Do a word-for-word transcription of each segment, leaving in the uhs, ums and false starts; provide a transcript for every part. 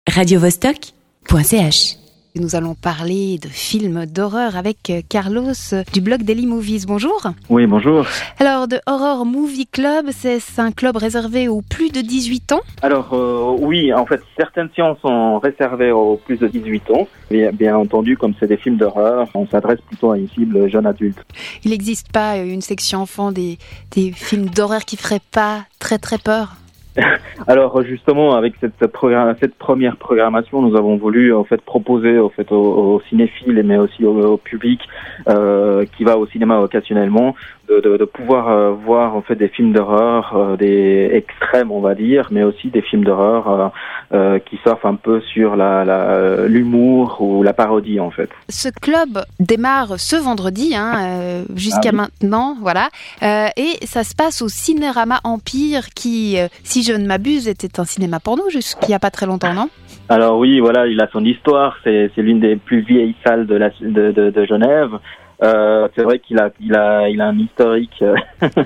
radio vostok point c h. Nous allons parler de films d'horreur avec Carlos du blog Daily Movies. Bonjour. Oui, bonjour. Alors, The Horror Movie Club, c'est un club réservé aux plus de dix-huit ans? Alors, euh, oui, en fait, certaines séances sont réservées aux plus de dix-huit ans. Bien, bien entendu, comme c'est des films d'horreur, on s'adresse plutôt à une cible jeune adulte. Il n'existe pas une section enfant des, des films d'horreur qui ne feraient pas très très peur? Alors justement, avec cette, programme, cette première programmation, nous avons voulu en fait proposer en fait aux, aux cinéphiles, mais aussi au, au public euh, qui va au cinéma occasionnellement, de, de, de pouvoir euh, voir en fait des films d'horreur, euh, des extrêmes on va dire, mais aussi des films d'horreur euh, euh, qui surfent un peu sur la, la, l'humour ou la parodie en fait. Ce club démarre ce vendredi, hein, euh, jusqu'à ah, oui. maintenant, voilà, euh, et ça se passe au Cinérama Empire, qui, euh, si je ne m'abuse, était un cinéma porno jusqu'il n'y a pas très longtemps, non? Alors oui, voilà, il a son histoire. C'est, c'est l'une des plus vieilles salles de, la, de, de, de Genève. Euh, c'est vrai qu'il a, il a, il a un historique euh,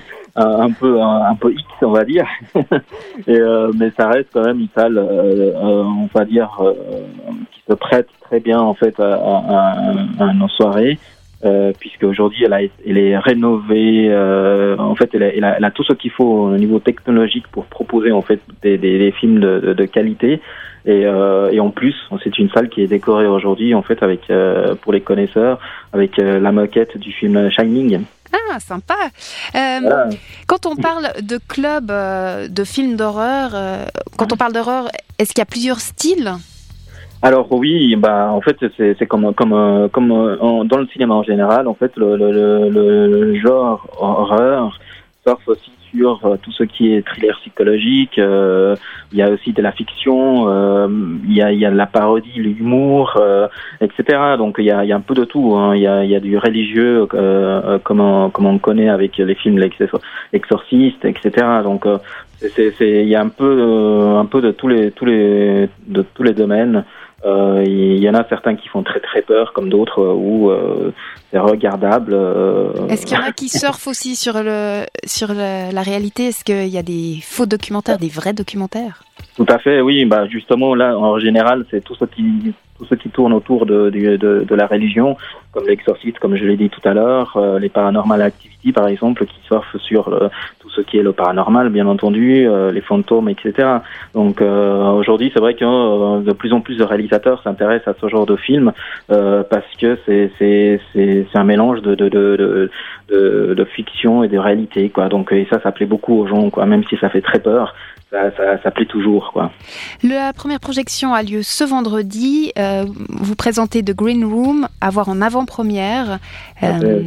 un peu, un, un peu X, on va dire. Et, euh, mais ça reste quand même une salle, euh, euh, on va dire, euh, qui se prête très bien en fait à, à, à nos soirées. Euh, puisque aujourd'hui elle, a, elle est rénovée, euh, en fait elle a, elle, a, elle a tout ce qu'il faut au niveau technologique pour proposer en fait des, des, des films de, de, de qualité et, euh, et en plus c'est une salle qui est décorée aujourd'hui en fait avec euh, pour les connaisseurs avec euh, la maquette du film Shining. Ah, sympa. Euh, voilà. Quand on parle de club euh, de films d'horreur, euh, quand on parle d'horreur, est-ce qu'il y a plusieurs styles? Alors oui, bah en fait c'est c'est comme comme comme en, dans le cinéma en général, en fait le le le, le genre horreur surfe aussi sur euh, tout ce qui est thriller psychologique. Euh, il y a aussi de la fiction, euh, il y a il y a de la parodie, l'humour, euh, et cetera. Donc il y a il y a un peu de tout. Hein. Il y a il y a du religieux euh, comme on, comme on connaît avec les films L'Exorciste, et cetera. Donc euh, c'est c'est il y a un peu euh, un peu de tous les tous les de tous les domaines. Euh, il y en a certains qui font très très peur, comme d'autres euh, où euh, c'est regardable. Euh... Est-ce qu'il y en a qui surfent aussi sur le sur le, la réalité? Est-ce qu'il y a des faux documentaires, des vrais documentaires? Tout à fait, oui. Bah justement là, en général, c'est tout ce qui tout ce qui tourne autour de de, de, de la religion, comme l'Exorciste, comme je l'ai dit tout à l'heure, euh, les Paranormal Activity par exemple, qui surfent sur euh, tout ce qui est le paranormal, bien entendu, euh, les fantômes, et cetera. Donc euh, aujourd'hui, c'est vrai que euh, de plus en plus de réalisateurs s'intéressent à ce genre de film euh, parce que c'est c'est c'est c'est un mélange de de de de, de, de fiction et de réalité, quoi. Donc et ça, ça plaît beaucoup aux gens, quoi. Même si ça fait très peur. Ça, ça, ça plaît toujours, quoi. La première projection a lieu ce vendredi. Euh, vous présentez The Green Room, à voir en avant-première. Euh,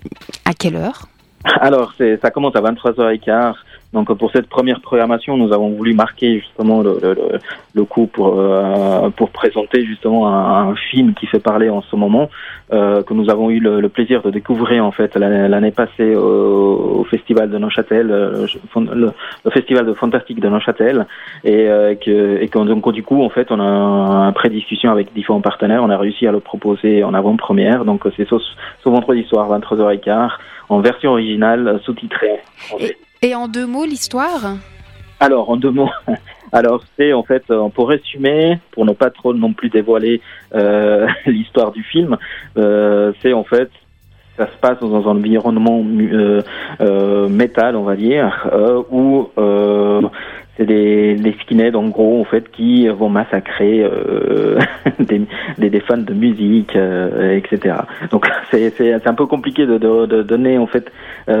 à quelle heure? Alors, c'est, ça commence à vingt-trois heures quinze. Donc, pour cette première programmation, nous avons voulu marquer justement le, le, le coup pour euh, pour présenter justement un, un film qui fait parler en ce moment, euh, que nous avons eu le, le plaisir de découvrir en fait l'année, l'année passée au, au festival de Neuchâtel, le, le, le festival de Fantastique de Neuchâtel, et euh, que et que donc du coup en fait on a un pré-discussion avec différents partenaires, on a réussi à le proposer en avant-première. Donc c'est ce, ce vendredi soir vingt-trois heures quinze en version originale sous-titrée. Et... Et en deux mots, l'histoire? Alors, en deux mots, alors c'est en fait, pour résumer, pour ne pas trop non plus dévoiler euh, l'histoire du film, euh, c'est en fait, ça se passe dans un environnement euh, euh, métal, on va dire, euh, où euh, c'est des, des skinheads en gros en fait qui vont massacrer euh, des, des, des fans de musique, euh, et cetera. Donc c'est, c'est, c'est un peu compliqué de, de, de donner en fait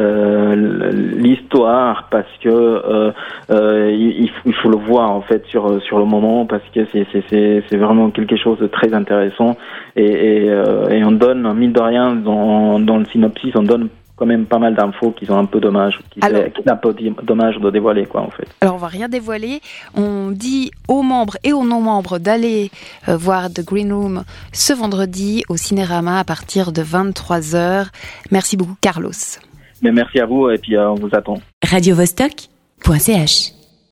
euh, l'histoire parce que euh, euh, il, il faut le voir en fait sur sur le moment parce que c'est c'est c'est, c'est vraiment quelque chose de très intéressant et et, euh, et on donne mine de rien dans dans le synopsis on donne quand même pas mal d'infos qui sont un peu dommages, qui Alors, c'est un peu dommage de dévoiler, quoi, en fait. Alors, on va rien dévoiler. On dit aux membres et aux non-membres d'aller euh, voir The Green Room ce vendredi au Cinérama à partir de vingt-trois heures. Merci beaucoup, Carlos. Mais merci à vous et puis euh, on vous attend. radio vostok point c h